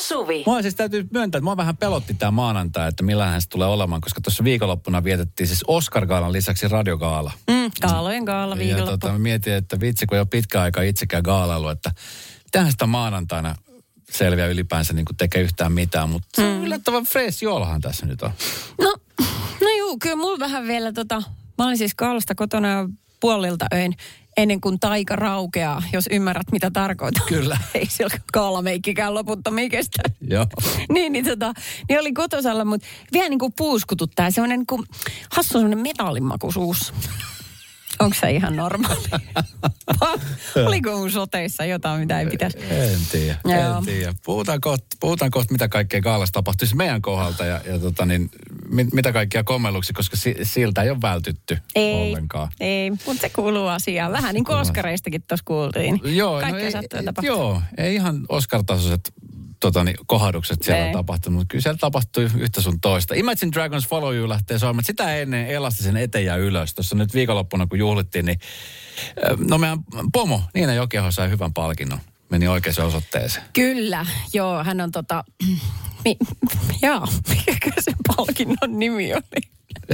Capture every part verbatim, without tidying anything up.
Suvi. Mua siis täytyy myöntää, että mua vähän pelotti tämä maanantai, että millähän se tulee olemaan, koska tuossa viikonloppuna vietettiin siis Oscar-gaalan lisäksi radiogaala. Mm, gaalojen gaala viikonloppu. Ja tota, mä mietin, että vitsi, kun ei ole pitkä aika itsekään gaalailu, että mitähän sitä maanantaina selviä ylipäänsä niin kuin tekee yhtään mitään, mutta mm. yllättävän fresh joolahan tässä nyt on. No, no juu, kyllä mulla vähän vielä tota, mä olin siis gaalasta kotona jo puolilta öin ennen kuin taika raukeaa, jos ymmärrät mitä tarkoitan. Kyllä. Ei sillä gaalameikikään loputtomia kestä. Joo. niin, niin, tota, niin oli kotosalla, mutta vielä niin kuin puuskututtaa ja semmoinen niin kuin hassu semmoinen metallimakuisuus. Onko se ihan normaali? Oliko mun soteissa jotain, mitä ei pitäisi? En tiedä, en tiedä. Puhutaan kohta, puhutaan kohta mitä kaikkea gaalassa tapahtuisi meidän kohdalta ja, ja tota niin, mit, mitä kaikkia kommelluksia, koska si, siltä ei ole vältytty ei, ollenkaan. Ei, mutta se kuuluu asiaan. Vähän niin kuin Oskareistakin tuossa kuultiin. Joo, kaikkea no ei, sattuu tapahtuu. Joo, ei ihan Oscar-tasoiset totani, kohdukset siellä ei. tapahtunut, mutta kyllä siellä tapahtui yhtä sun toista. Imagine Dragons Follow You lähtee soimaan. Sitä ennen elasti sen eteen ja ylös. Tuossa nyt viikonloppuna, kun juhlittiin, niin no meidän pomo, Niina Jokioho sai hyvän palkinnon. Meni oikeaan osoitteeseen. Kyllä, joo, hän on tota, mi, jaa, mikä se palkinnon nimi oli?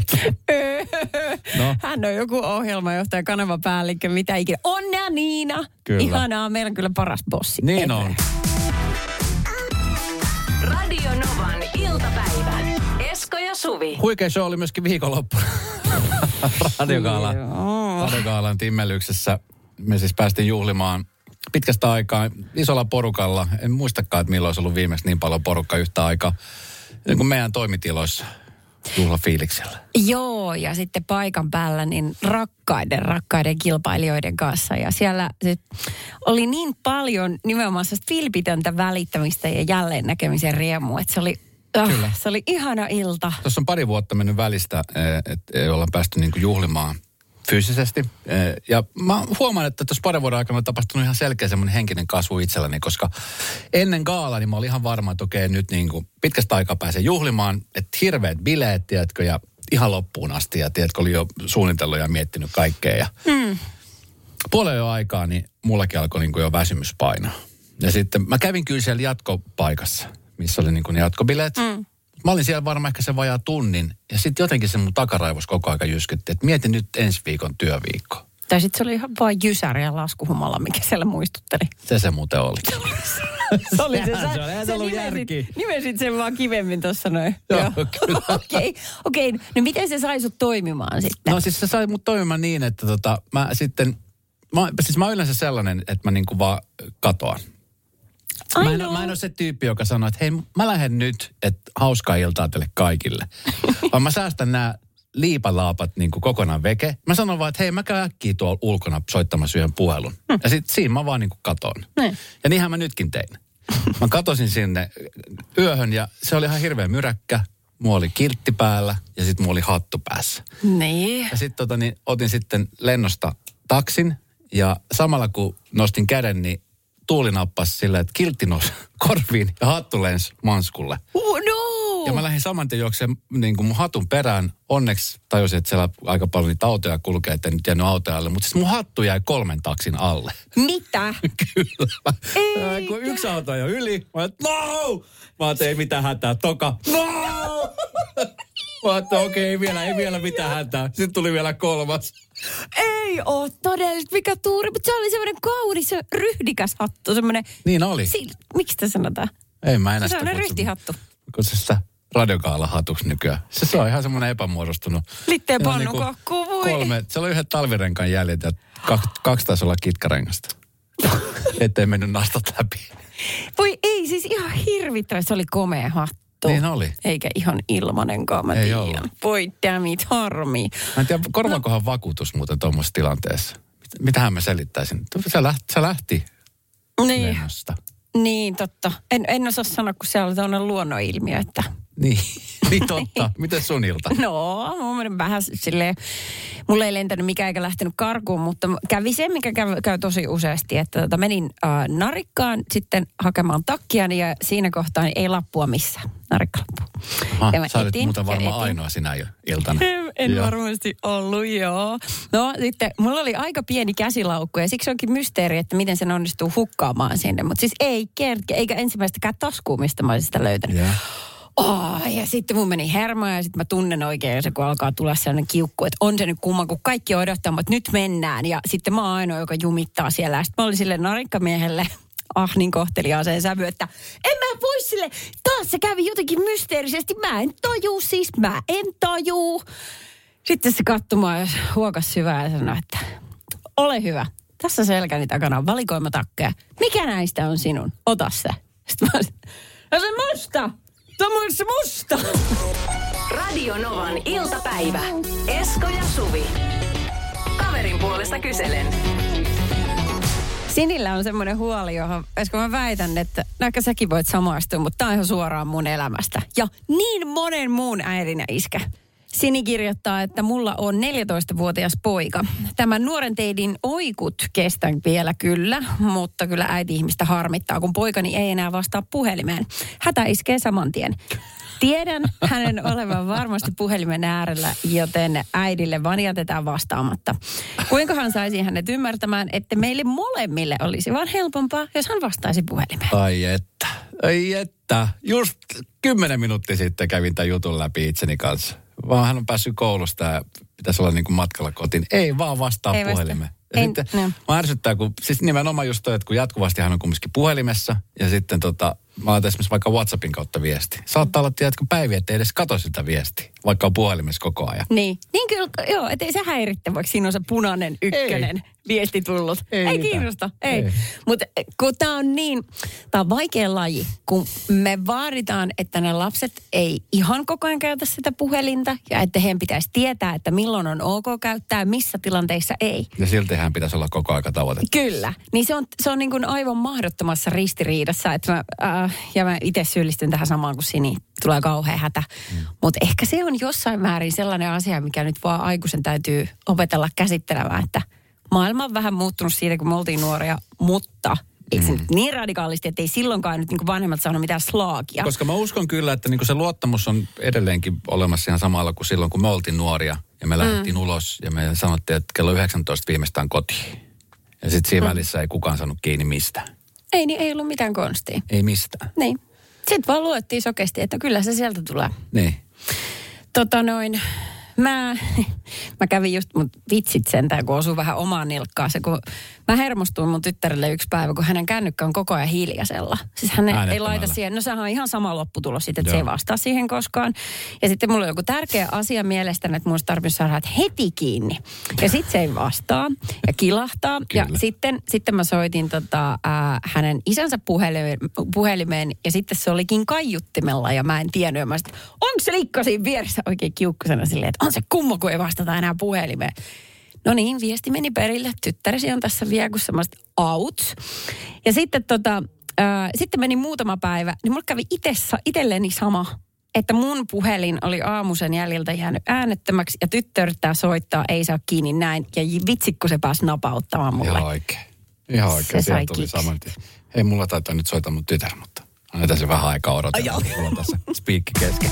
No. Hän on joku ohjelmajohtaja, kanavapäällikkö, mitä ikinä. Onnea Niina! Kyllä. Ihanaa, meillä on kyllä paras bossi. Niin on. Radio Novan iltapäivän. Esko ja Suvi. Huikea show oli myöskin viikonloppuna. Radiogaalan, Radiogaalan timmelyksessä. Me siis päästiin juhlimaan pitkästä aikaa isolla porukalla. En muistakaan, että milloin olisi ollut viimeksi niin paljon porukka yhtä aikaa. Niin kuin meidän toimitiloissa juhlafiiliksellä. Joo, ja sitten paikan päällä niin rakkaiden, rakkaiden kilpailijoiden kanssa. Ja siellä se oli niin paljon nimenomaan vilpitöntä välittämistä ja jälleen näkemisen riemua, että se oli, äh, se oli ihana ilta. Tuossa on pari vuotta mennyt välistä, että ollaan päästy niin kuin juhlimaan fyysisesti. Ja mä huomaan, että tuossa parin vuoden aikana on tapahtunut ihan selkeä semmoinen henkinen kasvu itselläni, koska ennen gaalaa niin mä olin ihan varma, että okei, nyt niin kuin pitkästä aikaa pääsen juhlimaan, että hirveät bileet, tiedätkö, ja ihan loppuun asti, ja tiedätkö, oli jo suunnitellut ja miettinyt kaikkea. Ja mm. puolen jo aikaa, niin mullakin alkoi niin kuin jo väsymys painaa. Ja sitten mä kävin kyllä siellä jatkopaikassa, missä oli niin kuin ne jatkobileet. Mm. Mä olin siellä varmaan ehkä sen vajaa tunnin. Ja sitten jotenkin se mun takaraivos koko aika jyskytti, että mietin nyt ensi viikon työviikko. Tai sitten se oli ihan vain jysäri ja laskuhumalla, mikä siellä muistutteli. Se se muuten oli. se oli se. Sä, se, se nimesit, nimesit sen vaan kivemmin tuossa noin. Joo, kyllä. Okei, okay, okei. Okay. No miten se sai sut toimimaan sitten? No siis se sai mut toimimaan niin, että tota, mä sitten, mä, siis mä oon yleensä sellainen, että mä niinku vaan katoan. Mä en, mä en ole se tyyppi, joka sanoo, että hei, mä lähden nyt, että hauskaa iltaa teille kaikille. Vaan mä säästän nämä liipalaapat niin kuin kokonaan veke. Mä sanon vaan, että hei, mä käyn äkkiä tuolla ulkona soittamassa yhden puhelun. Hmm. Ja sit siinä mä vaan niin kuin katon. Hmm. Ja niinhän mä nytkin tein. Mä katosin sinne yöhön ja se oli ihan hirveä myräkkä. Mulla oli kiltti päällä ja sit mulla oli hattu päässä. Niin. Ja sit tota, niin, otin sitten lennosta taksin ja samalla kun nostin käden, niin tuuli nappasi silleen, että kiltti nousi korviin ja hattu lensi manskulle. Oh no! Ja mä lähdin saman tien juokseen niin kuin mun hatun perään. Onneksi tajusin, että siellä aika paljon niitä autoja kulkee, että en nyt jäänyt autoja alle. Mutta siis mun hattu jäi kolmen taksin alle. Mitä? Kyllä. Eikä. Kun yksi auto jo yli, mä että no! Mä ajattelin, ei mitään hätää. Toka, no! Mä ajattelin, okei, ei vielä, ei vielä mitään hätää. Sitten tuli vielä kolmas. Ei oo todellista, mikä tuuri, mutta se oli semmoinen kaunis, ryhdikäs hattu, semmoinen... Niin oli. Si- miksi sitä sanotaan? Ei mä enää se sitä. Se on ryhtihattu. Kun se sitä radiogaala-hatuksi nykyään. Se, se on ihan semmoinen epämuodostunut. Litteen pannukakku, niin voi. Kolme, se oli yhdet talvirenkaan jäljet ja kaksi, kaksi taisi olla kitkarengasta. Ettei mennyt nastat läpi. Voi ei, siis ihan hirvittävä. Se oli komea hattu. Niin oli. Eikä ihan ilmanenkaan, mä tiedän. Voi damn it, harmi. Mä en tiedä, korvaakohan no. vakuutus muuten tuommoisessa tilanteessa. Mitähän mä selittäisin? Se lähti, se lähti niin. lennosta. Niin, totta. En, en osaa sanoa, kun se oli tämmöinen luonnonilmiö, että Niin, niin totta. Miten sun ilta? No, mä olen vähän silleen, mulla ei lentänyt mikään eikä lähtenyt karkuun, mutta kävi se, mikä käy, käy tosi useasti, että tota, menin äh, narikkaan sitten hakemaan takkiani ja siinä kohtaa ei lappua missään. Narikkalappu. Aha, sä olit muuten varmaan ainoa sinä iltana. En joo. varmasti ollut, joo. No sitten, mulla oli aika pieni käsilaukku ja siksi onkin mysteeri, että miten sen onnistuu hukkaamaan sinne. Mutta siis ei kerkeä, eikä ensimmäistäkään taskua, mistä mä olisin sitä löytänyt. Yeah. Oh, ja sitten mun meni hermo ja sitten mä tunnen oikein, se kun alkaa tulla sellainen kiukku, että on se nyt kumma, kun kaikki odottaa, mutta nyt mennään. Ja sitten mä oon ainoa, joka jumittaa siellä. Ja sitten mä olin sille narikkamiehelle, ah niin kohteliaaseen sävy, että en mä voi sille, taas se kävi jotenkin mysteerisesti, mä en tajuu siis, mä en tajuu. Sitten se katsoi mua ja huokas syvää ja sanoi, että ole hyvä, tässä selkäni takana on valikoimatakkeja. Mikä näistä on sinun? Ota se. Sitten mä olisin, no se musta! Tämä on se musta! Radio Novan iltapäivä. Esko ja Suvi. Kaverin puolesta kyselen. Sinillä on semmoinen huoli, johon, Esko mä väitän, että ehkä säkin voit samaistua, mutta tää on ihan suoraan mun elämästä. Ja niin monen muun äidin ja iskä. Sini kirjoittaa, että mulla on neljätoistavuotias poika. Tämän nuoren teidin oikut kestän vielä kyllä, mutta kyllä äiti-ihmistä harmittaa, kun poikani ei enää vastaa puhelimeen. Hätä iskee saman tien. Tiedän hänen olevan varmasti puhelimen äärellä, joten äidille vaan jätetään vastaamatta. Kuinkahan saisi hänet ymmärtämään, että meille molemmille olisi vaan helpompaa, jos hän vastaisi puhelimeen? Ai että, ai että. Just kymmenen minuuttia sitten kävin tämän jutun läpi itseni kanssa. Vaan hän on päässyt koulusta ja pitäisi olla niin kuin matkalla kotiin. Ei vaan vastaa ei puhelimeen. Ja en, sitten no. Mä ärsyttää, kun siis nimenomaan just toi, että kun jatkuvasti hän on kumminkin puhelimessa ja sitten tota, mä laitan esimerkiksi vaikka WhatsAppin kautta viesti. Saattaa olla, tiedätkö, päiviä, ettei edes katso sitä viestiä, vaikka on puhelimessa koko ajan. Niin, niin kyllä, joo, ettei se häiritte, vaikka siinä on se punainen ykkönen. Ei. Viesti tullut. Ei, ei kiinnosta, ei. ei. Mutta kun tämä on niin, tämä on vaikea laji, kun me vaaditaan, että ne lapset ei ihan koko ajan käytä sitä puhelinta ja että heidän pitäisi tietää, että milloin on ok käyttää ja missä tilanteissa ei. Ja siltihän pitäisi olla koko aika tavoitetta. Kyllä. Niin se on, se on niin kuin aivan mahdottomassa ristiriidassa, että mä, äh, ja mä itse syyllistyn tähän samaan kuin Sini. Tulee kauhean hätä. Mm. Mutta ehkä se on jossain määrin sellainen asia, mikä nyt vaan aikuisen täytyy opetella käsittelemään, että maailma on vähän muuttunut siitä, kun me oltiin nuoria, mutta eikö se mm. nyt niin radikaalisti, että ei silloinkaan nyt niin vanhemmat saanut mitään slaagia. Koska mä uskon kyllä, että niin se luottamus on edelleenkin olemassa ihan samalla kuin silloin, kun me oltiin nuoria ja me lähdettiin mm. ulos ja me sanottiin, että kello yhdeksäntoista viimeistään kotiin. Ja sitten siinä mm. välissä ei kukaan saanut kiinni mistään. Ei, niin ei ollut mitään konstia. Ei mistään. Niin. Sitten vaan luettiin sokesti, että kyllä se sieltä tulee. Niin. Tota noin... Mä, mä kävin just mun vitsit sentään, kun osui vähän omaan nilkkaan. Se, kun mä hermostuin mun tyttärelle yksi päivä, kun hänen kännykkä on koko ajan hiljaisella. Siis hän ei laita siihen, no sehän on ihan sama lopputulos sitten, että Joo. se ei vastaa siihen koskaan. Ja sitten mulla on joku tärkeä asia mielestäni, että mun olisi tarvitse saada heti kiinni. Ja sitten se ei vastaa ja kilahtaa. Kyllä. Ja sitten, sitten mä soitin tota, äh, hänen isänsä puhelimeen, puhelimeen ja sitten se olikin kaiuttimella ja mä en tiennyt. Ja mä sit, onko se likka siinä vieressä oikein kiukkusena silleen, että on se kumma, kun ei vastata enää puhelimeen. No niin, viesti meni perille. Tyttäresi on tässä viekussa semmoista out. Ja sitten, tota, äh, sitten meni muutama päivä, niin mulle kävi itessä, itselleni sama, että mun puhelin oli aamusen jäljiltä jäänyt äänettömäksi ja tyttö yrittää soittaa, ei saa kiinni näin. Ja vitsikko se pääsi napauttamaan mulle. Ihan oikein. Ihan oikein. Se Sieltä tuli saman tien. Hei, mulla taitaa nyt soittaa mun tytär, mutta annetaan se vähän aikaa odotella. Mulla on tässä spiikki kesken.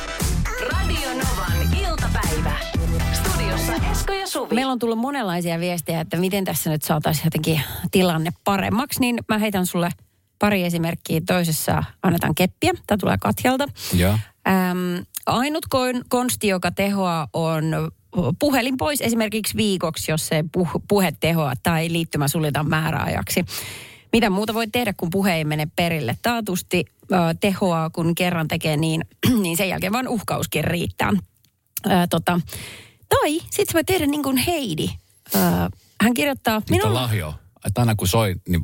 Radio Novan iltapäivä. Studiossa Esko ja Suvi. Meillä on tullut monenlaisia viestejä, että miten tässä nyt saataisiin jotenkin tilanne paremmaksi. Niin mä heitän sulle pari esimerkkiä. Toisessa annetaan keppiä. Tämä tulee Katjalta. Joo. Ähm, ainut kon, konsti, joka tehoaa, on puhelin pois esimerkiksi viikoksi, jos se puh, puhe tehoaa tai liittymä suljetaan määräajaksi. Mitä muuta voi tehdä, kun puhe ei mene perille? Taatusti äh, tehoaa, kun kerran tekee niin, niin sen jälkeen vaan uhkauskin riittää. Äh, tota, tai sitten voi tehdä niin kuin Heidi. Äh, hän kirjoittaa... Nyt on lahjo. Että aina kun soi, niin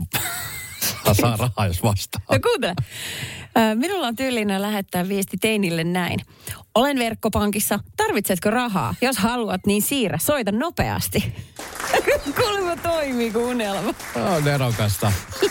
saa rahaa, jos vastaa. No kuuntele. Äh, minulla on tyylinen lähettää viesti teinille näin. Olen verkkopankissa. Tarvitsetko rahaa? Jos haluat, niin siirrä. Soita nopeasti. Kuulemma toimii kuin unelma. On nerokasta.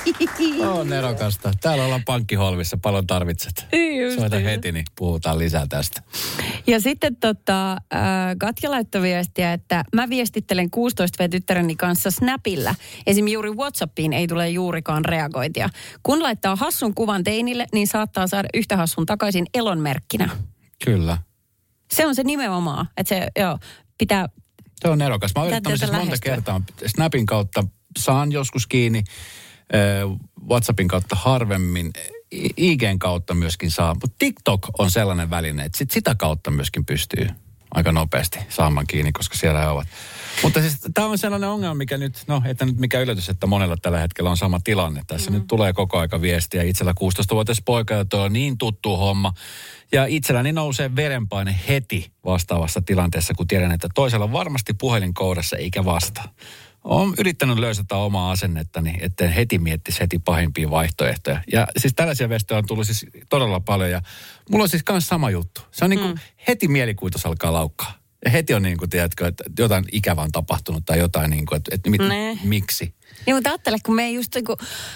On nerokasta. Täällä ollaan pankkiholvissa. Paljon tarvitset. Just, Soita just. heti, niin puhutaan lisää tästä. Ja sitten tota, äh, Katja laittoi viestiä, että mä viestittelen kuusitoista-vuotiaan kanssa Snapilla. Esim. juuri WhatsAppiin ei tule juurikaan reagointia. Kun laittaa hassun kuvan teinille, niin saattaa saada yhtä hassun takaisin elonmerkkinä. Kyllä. Se on se nimenomaan, että se joo, pitää... Se on nerokas. Mä oon yrittänyt siis monta lähestyä. kertaa. Snapin kautta saan joskus kiinni, WhatsAppin kautta harvemmin, I G:n kautta myöskin saa. Mutta TikTok on sellainen väline, että sit sitä kautta myöskin pystyy aika nopeasti saamaan kiinni, koska siellä he ovat. Mutta siis tämä on sellainen ongelma, mikä nyt, no että nyt mikä yllätys, että monella tällä hetkellä on sama tilanne. Tässä mm. nyt tulee koko aika viestiä. Itsellä kuusitoistavuotias poika, ja tuo on niin tuttu homma. Ja itselläni nousee verenpaine heti vastaavassa tilanteessa, kun tiedän, että toisella on varmasti puhelin kourassa eikä vastaa. Olen yrittänyt löysätä omaa asennettani, etten heti miettisi heti pahimpia vaihtoehtoja. Ja siis tällaisia viestejä on tullut siis todella paljon ja mulla on siis myös sama juttu. Se on niin kuin mm. heti mielikuvitus alkaa laukkaa. Ja heti on niin kuin, tiedätkö, että jotain ikävää on tapahtunut tai jotain niin kuin, että, että mit, miksi. Niin, mutta ajattele, kun me ei just niin kuin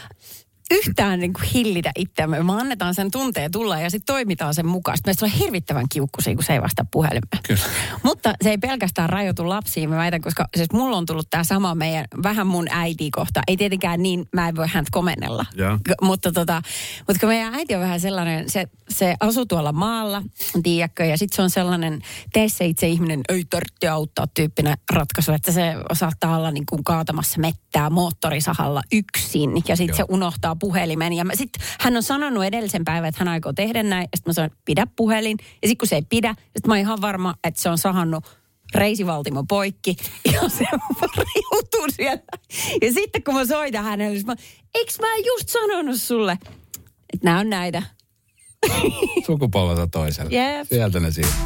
yhtään niin kuin hillitä itseämme. Me annetaan sen tunteen tulla ja sitten toimitaan sen mukaan. Sitten meistä on hirvittävän kiukkuisia, kun se ei vastaa puhelimeen. Kyllä. Mutta se ei pelkästään rajoitu lapsiin, mä väitän, koska siis mulla on tullut tämä sama meidän, vähän mun äiti kohta. Ei tietenkään niin, mä en voi häntä komennella. Ja. Mutta, tota, mutta kun meidän äiti on vähän sellainen, se, se asuu tuolla maalla, tiedätkö, ja sitten se on sellainen, tee se itse ihminen, ei tarvitse auttaa tyyppinen ratkaisu, että se saattaa olla niin kuin kaatamassa mettää moottorisahalla yksin, ja sitten se unohtaa puhelimen. Ja sitten hän on sanonut edellisen päivän, että hän aikoo tehdä näin. Ja sitten mä sanoin, pidä puhelin. Ja sitten kun se ei pidä, sitten mä oon ihan varma, että se on sahannut reisivaltimo poikki. Ja se riutuu sieltä. Ja sitten kun mä soitan hänelle, mä, eikö mä just sanonut sulle, että nämä on näitä. Sukupolvelta toiselle. Yep. Sieltä ne siitä.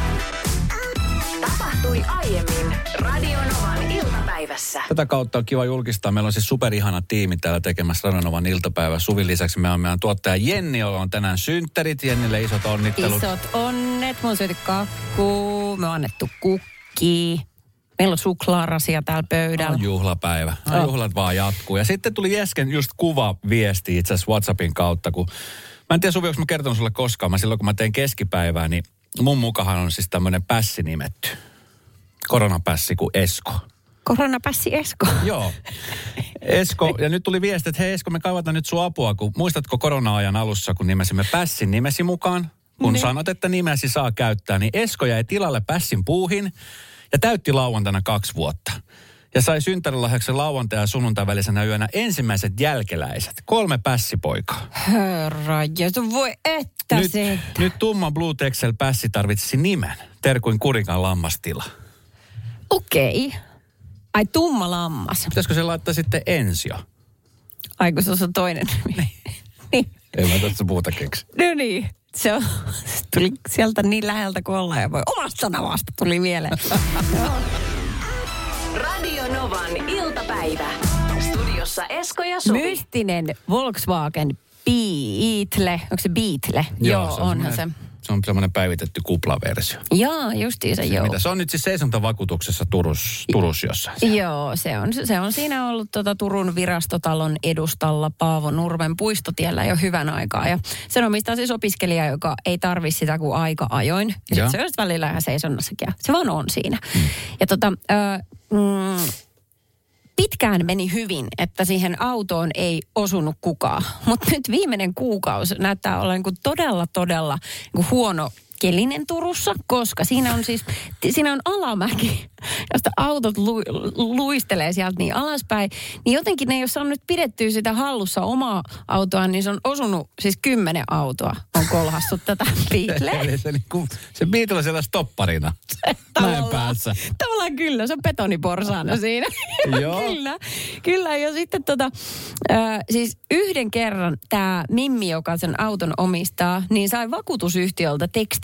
Tapahtui aiemmin Radionovan iltapäivässä. Tätä kautta on kiva julkistaa. Meillä on siis superihana tiimi täällä tekemässä Radionovan iltapäivää. Suvin lisäksi meillä on meidän tuottaja Jenni, jolla on tänään synttärit. Jennille isot onnittelut. Isot onnet. Me on syöty kakku. Me on annettu kukki. Meillä on suklaarasia täällä pöydällä. On juhlapäivä. No, juhlat vaan jatkuu. Ja sitten tuli äsken just kuva viesti itse asiassa WhatsAppin kautta, kun mä en tiedä Suvi, onko mä kertonut sulle koskaan. Mä silloin kun mä tein keskipäivää, niin mun mukahan on siis tämmöinen pässi nimetty. Koronapässi kuin Esko. Koronapässi Esko. Joo. Esko, ja nyt tuli viesti, että hei Esko, me kaivataan nyt sun apua, kun muistatko korona-ajan alussa, kun nimesimme pässin nimesi mukaan? Kun ne. sanot, että nimesi saa käyttää, niin Esko jäi tilalle pässin puuhin ja täytti lauantaina kaksi vuotta. Ja sai synttärilahjaksi lauantai- ja sunnuntai välisenä yönä ensimmäiset jälkeläiset. Kolme pässipoikaa. Herra, Jeesus, voi että nyt, se. nyt tumma Blue Texel pässi tarvitsisi nimen. Terkuin Kurikan lammastila. Okei. Okay. Ai tumma lammas. Pitäisikö se laittaa sitten Ensio? Ai kun se on toinen nimi. Niin. Ei mä tässä puhuta keksi. No niin. Se on, tuli sieltä niin läheltä kuin ollaan ja voi omasta navasta tuli mieleen. Radio Novan iltapäivä. Studiossa Esko ja Suvi. Mystinen Volkswagen Beetle. Onko se Beetle? Joo, joo se on onhan se. Se on semmoinen päivitetty kuplaversio. Joo, justiinsa joo. Mitä se on nyt siis seisontavakuutuksessa Turus, Turus jossain? Joo, se on, se on siinä ollut tuota Turun virastotalon edustalla Paavo Nurmen puistotiellä jo hyvän aikaa. Ja sen omistaa siis opiskelija, joka ei tarvi sitä kuin aika ajoin. Ja se on välillä ihan seisonnassakin. Se vaan on siinä. Mm. Ja tota... Ö, mm, pitkään meni hyvin, että siihen autoon ei osunut kukaan. Mutta nyt viimeinen kuukausi näyttää olevan niin todella, todella niin huono kelinen Turussa, koska siinä on siis, siinä on alamäki, josta autot lu, luistelee sieltä niin alaspäin. Niin jotenkin ne ei ole saanut pidettyä sitä hallussa omaa autoa, niin se on osunut, siis kymmenen autoa on kolhassut tätä Beetleä. Eli se, niinku, se Beetle on siellä stopparina mäen päässä. Tavallaan kyllä, se on betoniporsaana siinä. Joo. Kyllä, kyllä. Ja sitten tota, äh, siis yhden kerran tämä Mimmi, joka sen auton omistaa, niin sai vakuutusyhtiöltä teksti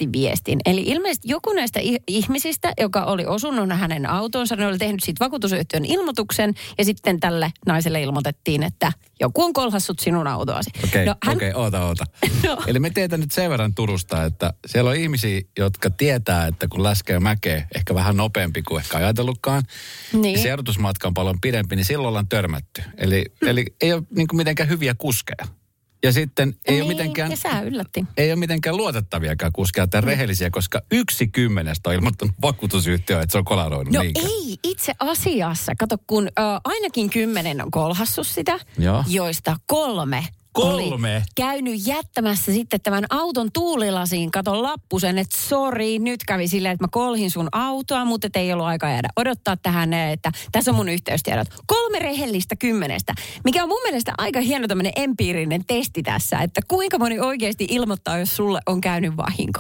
oikeasti viestin. Eli ilmeisesti joku näistä ihmisistä, joka oli osunut hänen autonsa, ne oli tehnyt siitä vakuutusyhtiön ilmoituksen ja sitten tälle naiselle ilmoitettiin, että joku on kolhassut sinun autoasi. Okei, no, hän... okei, oota, oota. No. Eli me teetään nyt sen verran Turusta, että siellä on ihmisiä, jotka tietää, että kun läskee mäkeä, ehkä vähän nopeampi kuin ehkä ajatellutkaan, niin se erotusmatka on paljon pidempi, niin silloin ollaan törmätty. Eli, hmm. eli ei ole niin kuin mitenkään hyviä kuskeja. Ja sitten ei niin, ole mitenkään... ja sä yllätti. Ei ole mitenkään luotettaviakaan kuskeja tai rehellisiä, koska yksi kymmenestä on ilmoittanut vakuutusyhtiö, että se on kolaroinut. No niinkään. Ei, itse asiassa. Kato, kun äh, ainakin kymmenen on kolhassut sitä, Joo. joista kolme... Kolme. Oli käynyt jättämässä sitten tämän auton tuulilasiin, katon lappusen, että sori, nyt kävi silleen, että mä kolhin sun autoa, mutta ei ollut aika jäädä odottaa tähän, että tässä on mun yhteystiedot. Kolme rehellistä kymmenestä, mikä on mun mielestä aika hieno tämmöinen empiirinen testi tässä, että kuinka moni oikeasti ilmoittaa, jos sulle on käynyt vahinko.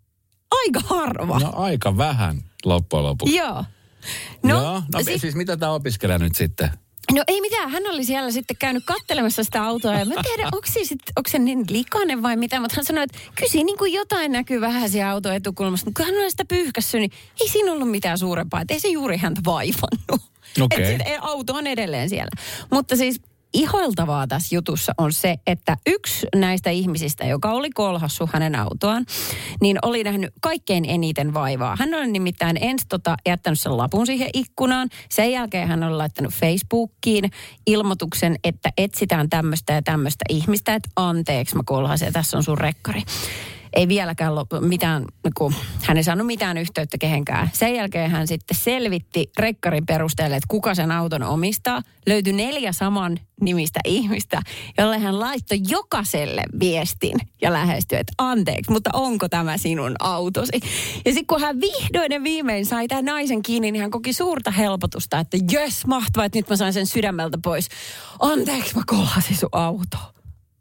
Aika harva. No aika vähän loppujen lopuksi. Joo. No, Joo, no sit... siis mitä tämä opiskelee nyt sitten? No ei mitään, hän oli siellä sitten käynyt kattelemassa sitä autoa ja mä tiedän, onko se, sit, onko se niin likainen vai mitä, mutta hän sanoi, että kyllä siinä niin kuin jotain näkyy vähän siellä auton etukulmasta, mutta kun hän on sitä pyyhkässyt, niin ei siinä ollut mitään suurempaa, että ei se juuri häntä vaivannut. Okei. Okay. Auto on edelleen siellä. Mutta siis ihoiltavaa tässä jutussa on se, että yksi näistä ihmisistä, joka oli kolhassut hänen autoaan, niin oli nähnyt kaikkein eniten vaivaa. Hän oli nimittäin ensin tota, jättänyt sen lapun siihen ikkunaan. Sen jälkeen hän oli laittanut Facebookiin ilmoituksen, että etsitään tämmöistä ja tämmöistä ihmistä, että anteeksi mä kolhasin ja tässä on sun rekkari. Ei vieläkään loppu, mitään, kun hän ei saanut mitään yhteyttä kehenkään. Sen jälkeen hän sitten selvitti rekkarin perusteelle, että kuka sen auton omistaa. Löytyi neljä saman nimistä ihmistä, jolle hän laittoi jokaiselle viestin ja lähestyi, että anteeksi, mutta onko tämä sinun autosi? Ja sitten kun hän vihdoin ja viimein sai tämän naisen kiinni, niin hän koki suurta helpotusta, että jes, mahtavaa, että nyt mä sain sen sydämeltä pois. Anteeksi, mä kolhasin sun autoa.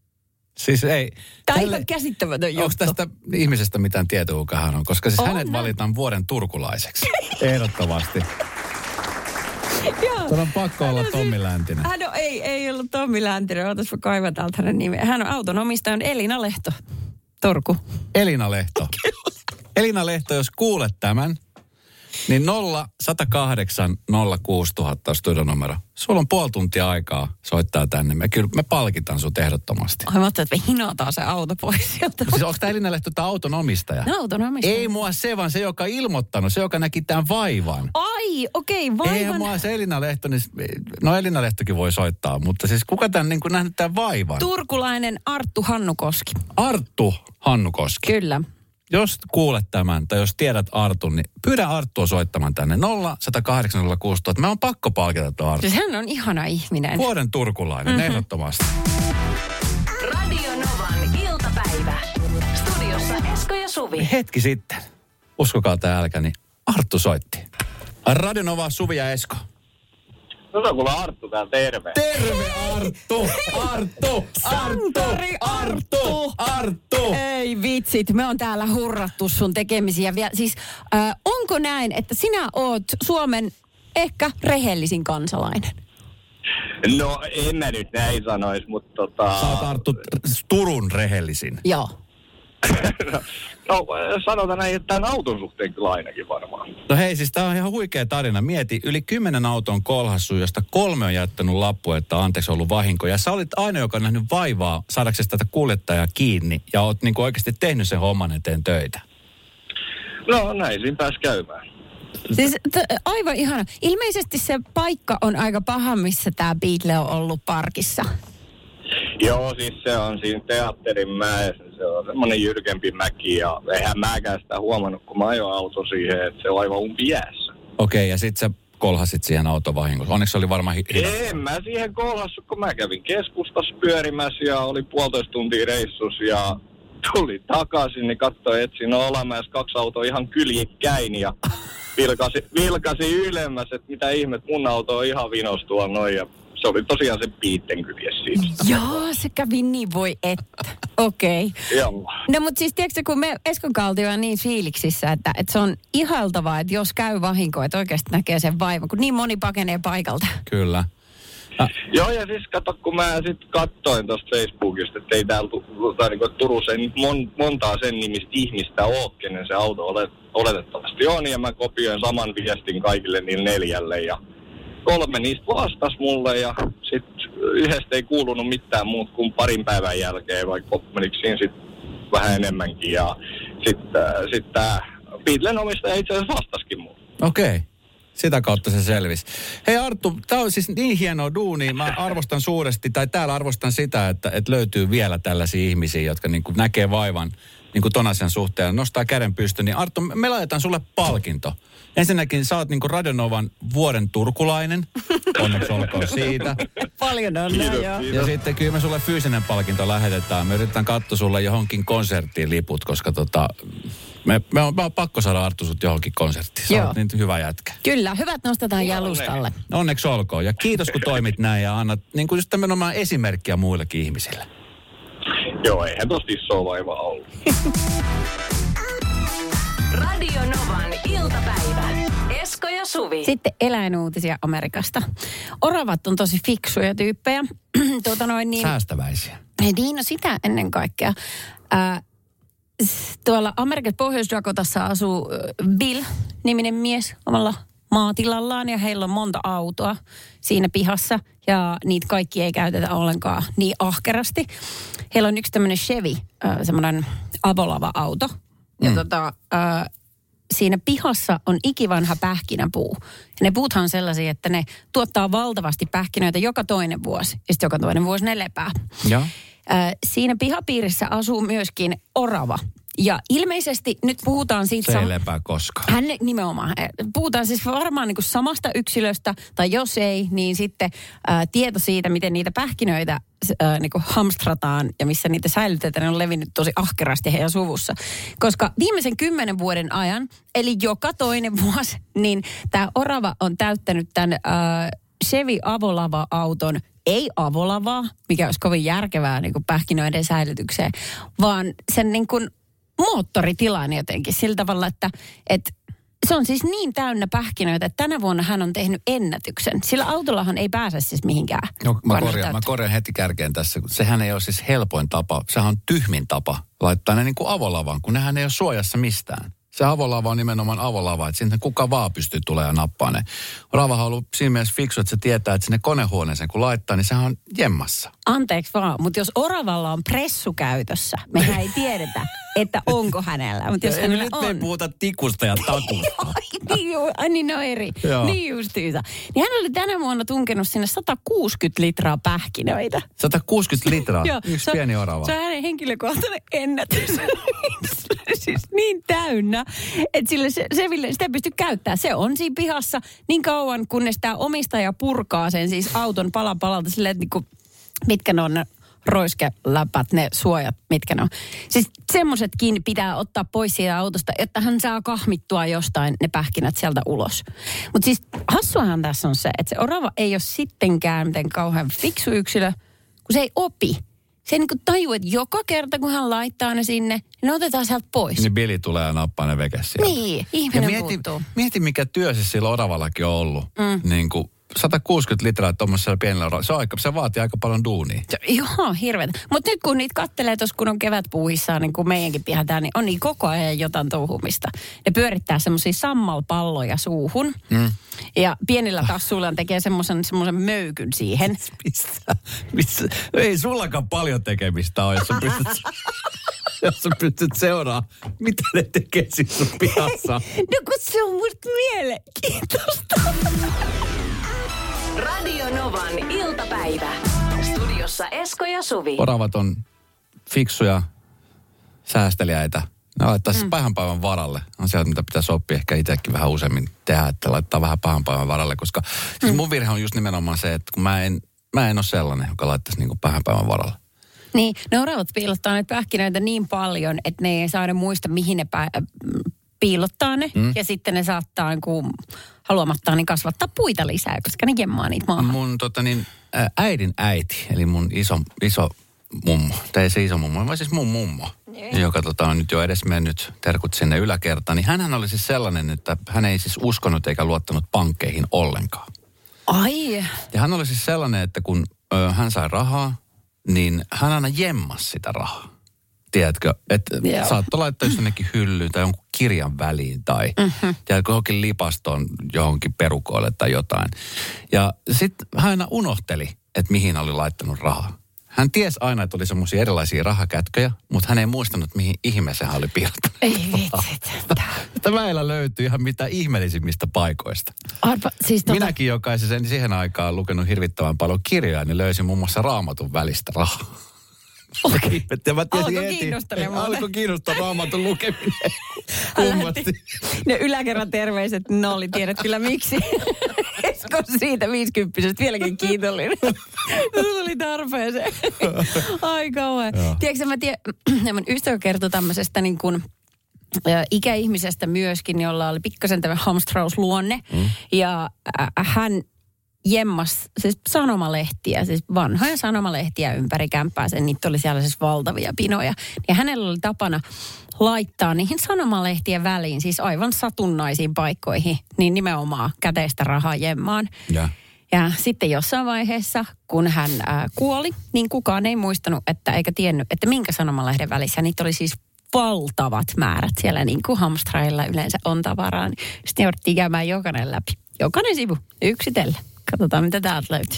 Siis ei. Tämä on käsittämätön juttu. Onko tästä ihmisestä mitään tietoa, kuka hän on? Koska siis on hänet valitaan vuoden turkulaiseksi. Ehdottomasti. Joo. Tämä on pakko olla Tommi Läntinen. Hän on, ei, ei ollut Tommi Läntinen. Ootas mä kaivan täältä hänen nimeä. Hän on auton omistaja, on Elina Lehto. Turku. Elina Lehto. Elina Lehto, jos kuulet tämän, niin nolla sata kahdeksan nolla kuusi tuhatta studionumero. Sulla on puoli tuntia aikaa soittaa tänne. Me, kyllä, me palkitaan sut ehdottomasti. Ai mä ajattelin, että me hinataan se auto pois sieltä. Siis onko tämä Elina Lehto auton omistaja? No, auton omistaja. Ei mua se, vaan se, joka ilmoittanut. Se, joka näki tämän vaivan. Ai, okei, okay, vaivan. Ei mua se Elina Lehto, niin, no Elina Lehtokin voi soittaa, mutta siis kuka tämän niin kuin nähnyt tämän vaivan? Turkulainen Arttu Hannukoski. Arttu Hannukoski. Kyllä. Jos kuulet tämän, tai jos tiedät Artun, niin pyydä Arttua soittamaan tänne nolla sata kahdeksan nolla kuusi tuhatta. Mä oon pakko palkita tuon Arttu. Siis hän on ihana ihminen. Vuoden turkulainen, mm-hmm. ehdottomasti. Radio Novan iltapäivä. Studiossa Esko ja Suvi. Hetki sitten, uskokaa tai älkää, niin Arttu soitti. Radio Nova, Suvi ja Esko. No se on kuule Arttu täällä, terve. Terve Arttu! Arttu! Santeri Arttu! Arttu! Ei vitsit, me on täällä hurrattu sun tekemisiä. Siis äh, onko näin, että sinä oot Suomen ehkä rehellisin kansalainen? No en mä nyt näin sanois, mutta tota... Sä oot Arttu Turun rehellisin. Joo. No sanotaan näin, että tämän auton suhteen kyllä ainakin varmaan. No hei, siis tää on ihan huikea tarina. Mieti, yli kymmenen auton kolhassu, josta kolme on jättänyt lappu, että anteeksi ollut vahinko. Ja sä olit aina, joka on nähnyt vaivaa saadaksesi tätä kuljettajaa kiinni. Ja oot niinku oikeasti tehnyt sen homman eteen töitä. No näin siinä pääsi käymään. Siis t- aivan ihana. Ilmeisesti se paikka on aika paha, missä tää Beatle on ollut parkissa. Joo, siis se on siinä Teatterin mäessä. Se on semmoinen jyrkempi mäki ja eihän mäkään sitä huomannut, kun mä ajoin auto siihen, että se on aivan umpi jäässä. Okei, okay, ja sit sä kolhasit siihen autovahingossa. Onneksi se oli varmaan hi- En mä siihen kolhassu, kun mä kävin keskustassa pyörimässä ja oli puolitoista tuntia reissus ja tuli takaisin, niin katsoin, että siinä on Olamäessä kaksi autoa ihan kyljekkäin ja vilkasi, vilkasi ylemmäs, että mitä ihmet, mun auto on ihan vinostua noin ja se oli tosiaan se piitten kyljessä siitä. Joo, se kävi niin, voi että. Okei. Okay. Joo. No mutta siis tiedätkö, kun me Eskon kaltio on niin fiiliksissä, että, että se on ihailtavaa, että jos käy vahinko, että oikeasti näkee sen vaivan, kun niin moni pakenee paikalta. Kyllä. Ah. Joo, ja siis kato, kun mä sitten katsoin tuosta Facebookista, että ei täällä tai niin Turussa ei mon, montaa sen nimistä ihmistä ole, kenen se auto olet, oletettavasti on, ja mä kopioin saman viestin kaikille niille neljälle, ja kolme niistä vastasi mulle, ja sitten yhdestä ei kuulunut mitään muuta kuin parin päivän jälkeen, vaikka menikö siinä sitten vähän enemmänkin, ja sitten äh, sit tämä Beatlen omistaja itse asiassa vastasikin mulle. Okei. Okay. Sitä kautta se selvisi. Hei Arttu, tämä on siis niin hienoa duunia. Mä arvostan suuresti, tai täällä arvostan sitä, että, että löytyy vielä tällaisia ihmisiä, jotka niin kuin näkee vaivan niin kuin ton asian suhteen, nostaa käden pystyyn. Niin Arttu, me laitetaan sulle palkinto. Ensinnäkin sä oot niin kuin Radionovan vuoden turkulainen. Onneksi olkoon siitä. Paljon onnea, joo. Ja sitten kyllä me sulle fyysinen palkinto lähetetään. Me yritetään katsoa sulle johonkin konserttiin liput, koska tota, me, me, on, me on pakko saada Arttu sut johonkin konserttiin. Sä oot niin hyvä jätkä. Kyllä, hyvät nostetaan jalustalle. Onneksi olkoon. Ja kiitos kun toimit näin ja annat niin kuin just nimenomaan esimerkkiä muillekin ihmisille. Joo, eihän tosta isoa vaivaa ollut. Radio Novan iltapäivä. Esko ja Suvi. Sitten eläinuutisia Amerikasta. Oravat on tosi fiksuja tyyppejä. tuota noin niin, Säästäväisiä. niin, no sitä ennen kaikkea. Ää, tuolla Amerikan Pohjois-Dakotassa asuu Bill-niminen mies omalla maatilallaan ja heillä on monta autoa siinä pihassa ja niitä kaikki ei käytetä ollenkaan niin ahkerasti. Heillä on yksi tämmöinen Chevy, äh, semmoinen avolava-auto ja mm. tota, äh, siinä pihassa on ikivanha pähkinäpuu. Ja ne puuthan on sellaisia, että ne tuottaa valtavasti pähkinöitä joka toinen vuosi ja sitten joka toinen vuosi ne lepää. Joo. Äh, siinä pihapiirissä asuu myöskin orava. Ja ilmeisesti nyt puhutaan siitä... Se ei lepää koskaan. Hän nimenomaan. Puhutaan siis varmaan niin kuin samasta yksilöstä, tai jos ei, niin sitten ää, tieto siitä, miten niitä pähkinöitä ää, niin kuin hamstrataan ja missä niitä säilytetään, on levinnyt tosi ahkerasti heidän suvussa. Koska viimeisen kymmenen vuoden ajan, eli joka toinen vuosi, niin tämä orava on täyttänyt tämän ää, Chevy Avolava-auton, ei avolavaa, mikä olisi kovin järkevää niin kuin pähkinöiden säilytykseen, vaan sen niin kuin moottoritilan jotenkin sillä tavalla, että, että se on siis niin täynnä pähkinöitä, että tänä vuonna hän on tehnyt ennätyksen. Sillä autollahan ei pääse siis mihinkään. No, mä, korjaan, mä korjaan heti kärkeen tässä. Sehän ei ole siis helpoin tapa, sehän on tyhmin tapa laittaa ne niin kuin avolavaan, kun nehän ei ole suojassa mistään. Se avolava on nimenomaan avolava, että sinne kuka vaan pystyy tulemaan ja nappaa ne. Oravahan on ollut siinä mielessä fiksu, että se tietää, että sinne konehuoneeseen kun laittaa, niin sehän on jemmassa. Anteeksi vaan, mutta jos oravalla on pressu käytössä, mehän ei tiedetä, että onko hänellä. Mutta jos ja hänellä nyt on... me ei puhuta tikusta ja takusta. Ai, niin, ju, ai niin, no eri. Joo. Niin justiinsa. Niin hän oli tänä vuonna tunkenut sinne sata kuusikymmentä litraa pähkinöitä. sata kuusikymmentä litraa, Joo, yksi se, pieni orava. Se on hänen henkilökohtainen ennätys. Siis niin täynnä, että sille se, se, sitä ei pysty käyttämään. Se on siinä pihassa niin kauan, kunnes tämä omistaja purkaa sen siis auton pala palalta silleen, että niinku, mitkä ne on ne roiskeläpät, ne suojat, mitkä ne on. Siis semmoisetkin pitää ottaa pois siitä autosta, että hän saa kahmittua jostain ne pähkinät sieltä ulos. Mutta siis hassuahan tässä on se, että se orava ei ole sittenkään miten kauhean fiksu yksilö, kun se ei opi. Se ei niin tajua, että joka kerta kun hän laittaa ne sinne, niin ne otetaan sieltä pois. Niin Billy tulee ja nappaa ne vekes sieltä. Niin, ihminen mieti, puuttuu. mieti, mikä työ se sillä oravallakin on ollut. Mm. Niin kuin sata kuusikymmentä litraa tuommoisella pienellä oravalla. Se, aika, se vaatii aika paljon duunia. Joo, hirveätä. Mutta nyt kun niitä kattelee tuossa, kun on kevätpuuhissaan, niin kuin meidänkin pihatään, niin on niin koko ajan jotain touhumista. Ne pyörittää semmoisia sammalpalloja suuhun. Mm. Ja pienillä tassuilla tekee semmoisen möykyn siihen. Mistä? Mistä? Ei sullakaan paljon tekemistä ole, jos sä pystyt, jos sä pystyt seuraamaan, mitä ne tekee siis sun pihassa. No kun se on musta mielenkiintoista. Radio Novan iltapäivä. Studiossa Esko ja Suvi. Oravat on fiksuja, säästeliäitä. Ne laittaa siis mm. pahan päivän varalle. On sieltä, mitä pitäisi oppia ehkä itsekin vähän useammin tehdä, että laittaa vähän pahan päivän varalle. Koska siis mun virhe on just nimenomaan se, että kun mä en, mä en ole sellainen, joka laittaisi niinku pahan päivän varalle. Niin, ne oravat piilottaa näitä pähkinöitä niin paljon, että ne ei saada muista, mihin ne pä- piilottaa ne. Mm. Ja sitten ne saattaa niin haluamattaan niin kasvattaa puita lisää, koska ne jemmaa niitä maahan. Mun tota niin, äidin äiti, eli mun iso, iso mummo, tai ei se iso mummo, vaan siis mun mummo, Jee. joka tota, on nyt jo edes mennyt terkut sinne yläkertaan, niin hänhän oli siis sellainen, että hän ei siis uskonut eikä luottanut pankkeihin ollenkaan. Ai. Ja hän oli siis sellainen, että kun ö, hän sai rahaa, niin hän aina jemmasi sitä rahaa. Tiedätkö, että saattoi laittaa jos jonnekin hyllyyn tai jonkun kirjan väliin tai mm-hmm. tiedätkö, johonkin lipastoon johonkin perukoille tai jotain. Ja sitten hän aina unohteli, että mihin oli laittanut rahaa. Hän tiesi aina, että oli semmoisia erilaisia rahakätköjä, mutta hän ei muistanut, mihin ihmeeseen hän oli piirtänyt. Ei vitsit. Että väillä löytyi ihan mitä ihmeellisimmistä paikoista. Arpa, siis tota... Minäkin, joka sen siihen aikaan lukenut hirvittävän paljon kirjoja, niin löysin muun muassa Raamatun välistä rahaa. Okay. Alkoi kiinnostelemaan. Alkoi kiinnostaa Raamatun lukeminen. Ne yläkerran terveiset, ne oli, tiedät kyllä miksi. Esko siitä viisikymppisestä vieläkin kiitollinen. Tuo oli tarpeeseen. Ai kauhean. Tiedätkö, mä tiedän, ystävä kertoi tämmöisestä niin kuin ikäihmisestä myöskin, jolla oli pikkasen tämmöinen hamstrausluonne. Mm. Ja äh, hän jemmas siis sanomalehtiä, siis vanhoja sanomalehtiä ympäri kämppää. Sen niitä oli siellä siis valtavia pinoja. Ja hänellä oli tapana laittaa niihin sanomalehtien väliin, siis aivan satunnaisiin paikkoihin, niin nimenomaan käteistä rahaa jemmaan. Ja, ja sitten jossain vaiheessa, kun hän äh, kuoli, niin kukaan ei muistanut, että eikä tiennyt, että minkä sanomalehden välissä. Niitä oli siis valtavat määrät siellä, niin kuin hamstrailla yleensä on tavaraa. Sitten jouduttiin käymään jokainen läpi. Jokainen sivu, yksitellen. Katsotaan, mitä täältä löytyy.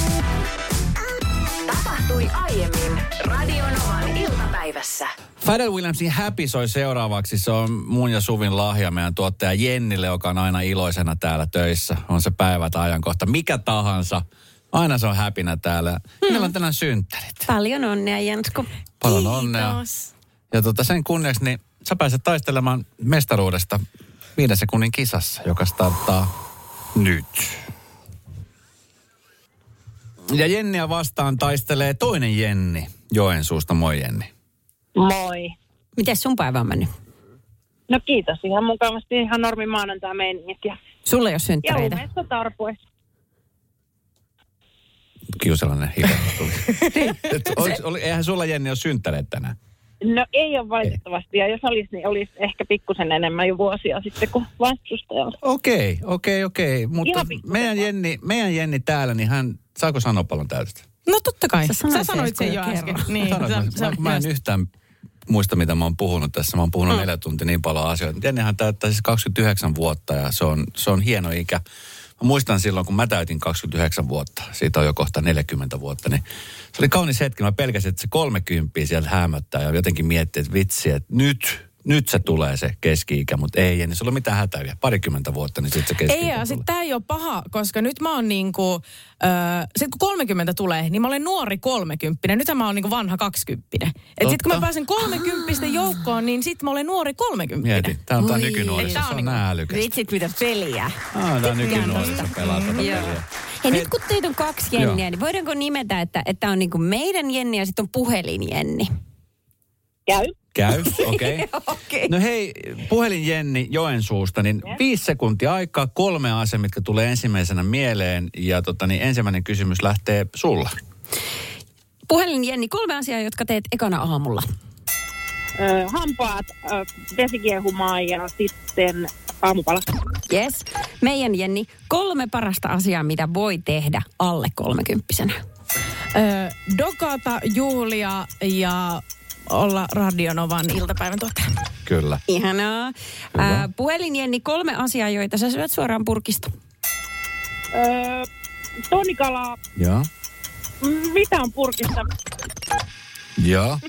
Tapahtui aiemmin Radionovan iltapäivässä. Pharrell Williamsin Happy soi seuraavaksi. Se on mun ja Suvin lahja meidän tuottaja Jennille, joka on aina iloisena täällä töissä. On se päivä tai ajankohta, mikä tahansa. Aina se on happynä täällä. Hmm. Meillä on tänään synttärit. Paljon onnea, Jensko. Paljon onnea. Ja tota sen kunniaksi, niin sä pääset taistelemaan mestaruudesta viiden sekunnin kisassa, joka starttaa nyt. Ja Jenniä vastaan taistelee toinen Jenni Joensuusta. Moi Jenni. Moi. Mites sun päivä on mennyt? No kiitos. Ihan mukavasti. Ihan normi maanantai meiningit. Ja, sulla ei ole synttäreitä? Ja umeessa tarpuessa. Kiusallinen hiljaisuus tuli. Olis, oli, eihän sulla Jenni ole synttäreitä tänään? No ei ole valitettavasti. Ja jos olisi, niin olisi ehkä pikkusen enemmän jo vuosia sitten kuin vastustajalla. Okei, okei, okei. Mutta meidän Jenni, meidän Jenni täällä, niin hän, saako sanopallon täydestä? No totta kai. Sä sanoit, Sä sanoit sen jo äsken. Niin, sanoit, sä, mä, sä, mä en yhtään muista, mitä mä oon puhunut tässä. Mä oon puhunut mm. neljä tuntia niin paljon asioita. Jennihän täyttää siis kaksikymmentäyhdeksän vuotta ja se on, se on hieno ikä. Mä muistan silloin, kun mä täytin kaksikymmentäyhdeksän vuotta, siitä on jo kohta neljäkymmentä vuotta, niin se oli kaunis hetki. Mä pelkäsin, että se kolmekymppiä sieltä hämöttää ja jotenkin miettii, että vitsi, että nyt, nyt se tulee se keski-ikä, mutta ei, niin sulla on mitään hätää vielä. Parikymmentä vuotta, niin sitten se keski-ikä ei, ja sitten tää ei ole paha, koska nyt mä oon niinku, äh, sit kun kolmekymmentä tulee, niin mä olen nuori kolmekymppinen. Nythän mä oon niinku vanha kaksikymppinen. Et sit kun mä pääsen kolmekymppisten joukkoon, niin sit mä olen nuori kolmekymppinen. Mieti, tää on tää nykynuorissa, se on niinku, nää älykästä. Vitsit mitä peliä. Ah, tää on nykynuorissa pelaa tätä peliä. Hei, nyt kun teitä on kaksi Jenniä, joo, niin voidaanko nimetä, että, että on niinku meidän Jenni ja sitten on puhelin Jenni? Käy. Käy, okei. Okay. Okay. No hei, puhelin Jenni Joensuusta, niin viisi sekuntia aikaa, kolme asiaa, mitkä tulee ensimmäisenä mieleen. Ja tota, niin ensimmäinen kysymys lähtee sulla. Puhelin Jenni, kolme asiaa, jotka teet ekana aamulla. Ö, hampaat, ö, vesikiehumaa ja sitten aamupala. Yes. Meidän Jenni, kolme parasta asiaa, mitä voi tehdä alle kolmekymppisenä. Öö, dokata, juhlia ja olla Radionovan iltapäivän tuottaja. Kyllä. Ihanaa. Kyllä. Äh, puhelin Jenni, kolme asiaa, joita sä syöt suoraan purkista. Öö, tonikalaa. Joo. Mitä on purkissa? Joo.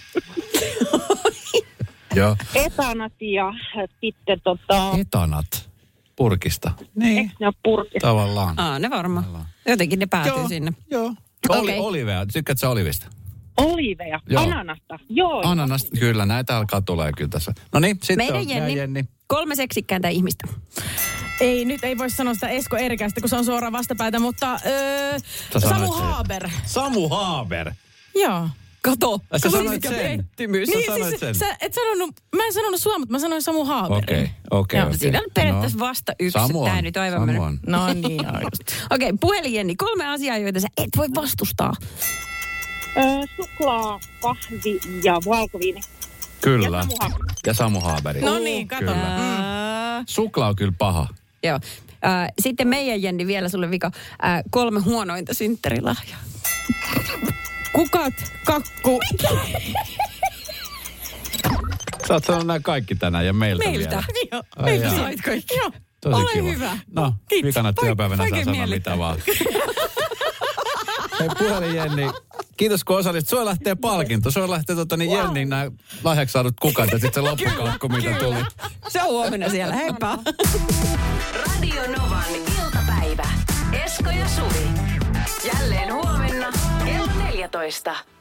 Joo. Etanat ja sitten tota... Etanat purkista. Niin. Eikö ne ole purkista? Tavallaan. Aa, ne varmaan. Jotenkin ne päätyy joo, sinne. Joo. Okay. Oli, olivea. Tykkäätkö sä olivista? Oliveja. Joo. Ananasta. Joo. Ananasta. Kyllä, näitä alkaa tulee kyllä tässä. No niin, sitten meidän on Jenni, Jenni. Kolme seksikkääntä ihmistä. Ei, nyt ei voi sanoa sitä Esko Erkästä, kun se on suoraan vastapäätä, mutta öö, Samu Haaber. Samu Haaber? Joo. Kato, sä sanoit sen. pettymys. Niin, sä siis, sen. Sä et sanonut, mä en sanonut sua, mutta mä sanoin Samu Haaberin. Okei, okay, okei. Okay, okay. Siinä on periaatteessa no. vasta yksi. Samu on, Tää nyt aivan Samu mennyt. on. No niin, just. Okei, okay, puhelin Jenni, kolme asiaa, joita sä et voi vastustaa. Öö, suklaa, kahvi ja valkoviini. Kyllä. Ja Samu Haaberi. Ja Samu Haaberi. No niin, kato. Kyllä. Mm. Suklaa on kyllä paha. Joo. Äh, sitten meidän Jenni vielä sulle vika. Äh, kolme huonointa synttärilahjaa. Kukat, kakku. Sä oot sanonut nämä kaikki tänään ja meiltä, Meiltä. vielä. Joo, Ai meiltä jaa. sait kaikki. Joo. Tosi Ole kiva. hyvä. No, Kiitos. vikana työpäivänä saa Oikein sanoa miellyttävää. mitä vaan. Hei puhelin Jenni, kiitos kun osallistut. Sulla lähtee palkinto. Sulla lähtee tota, niin wow. Jennin nämä lahjaksi saadut kukat ja sitten se loppukakku, mitä tuli. Se on huomenna siellä. Heippa. Radio Novan iltapäivä. Esko ja Suvi. Jälleen huomenna kello neljätoista.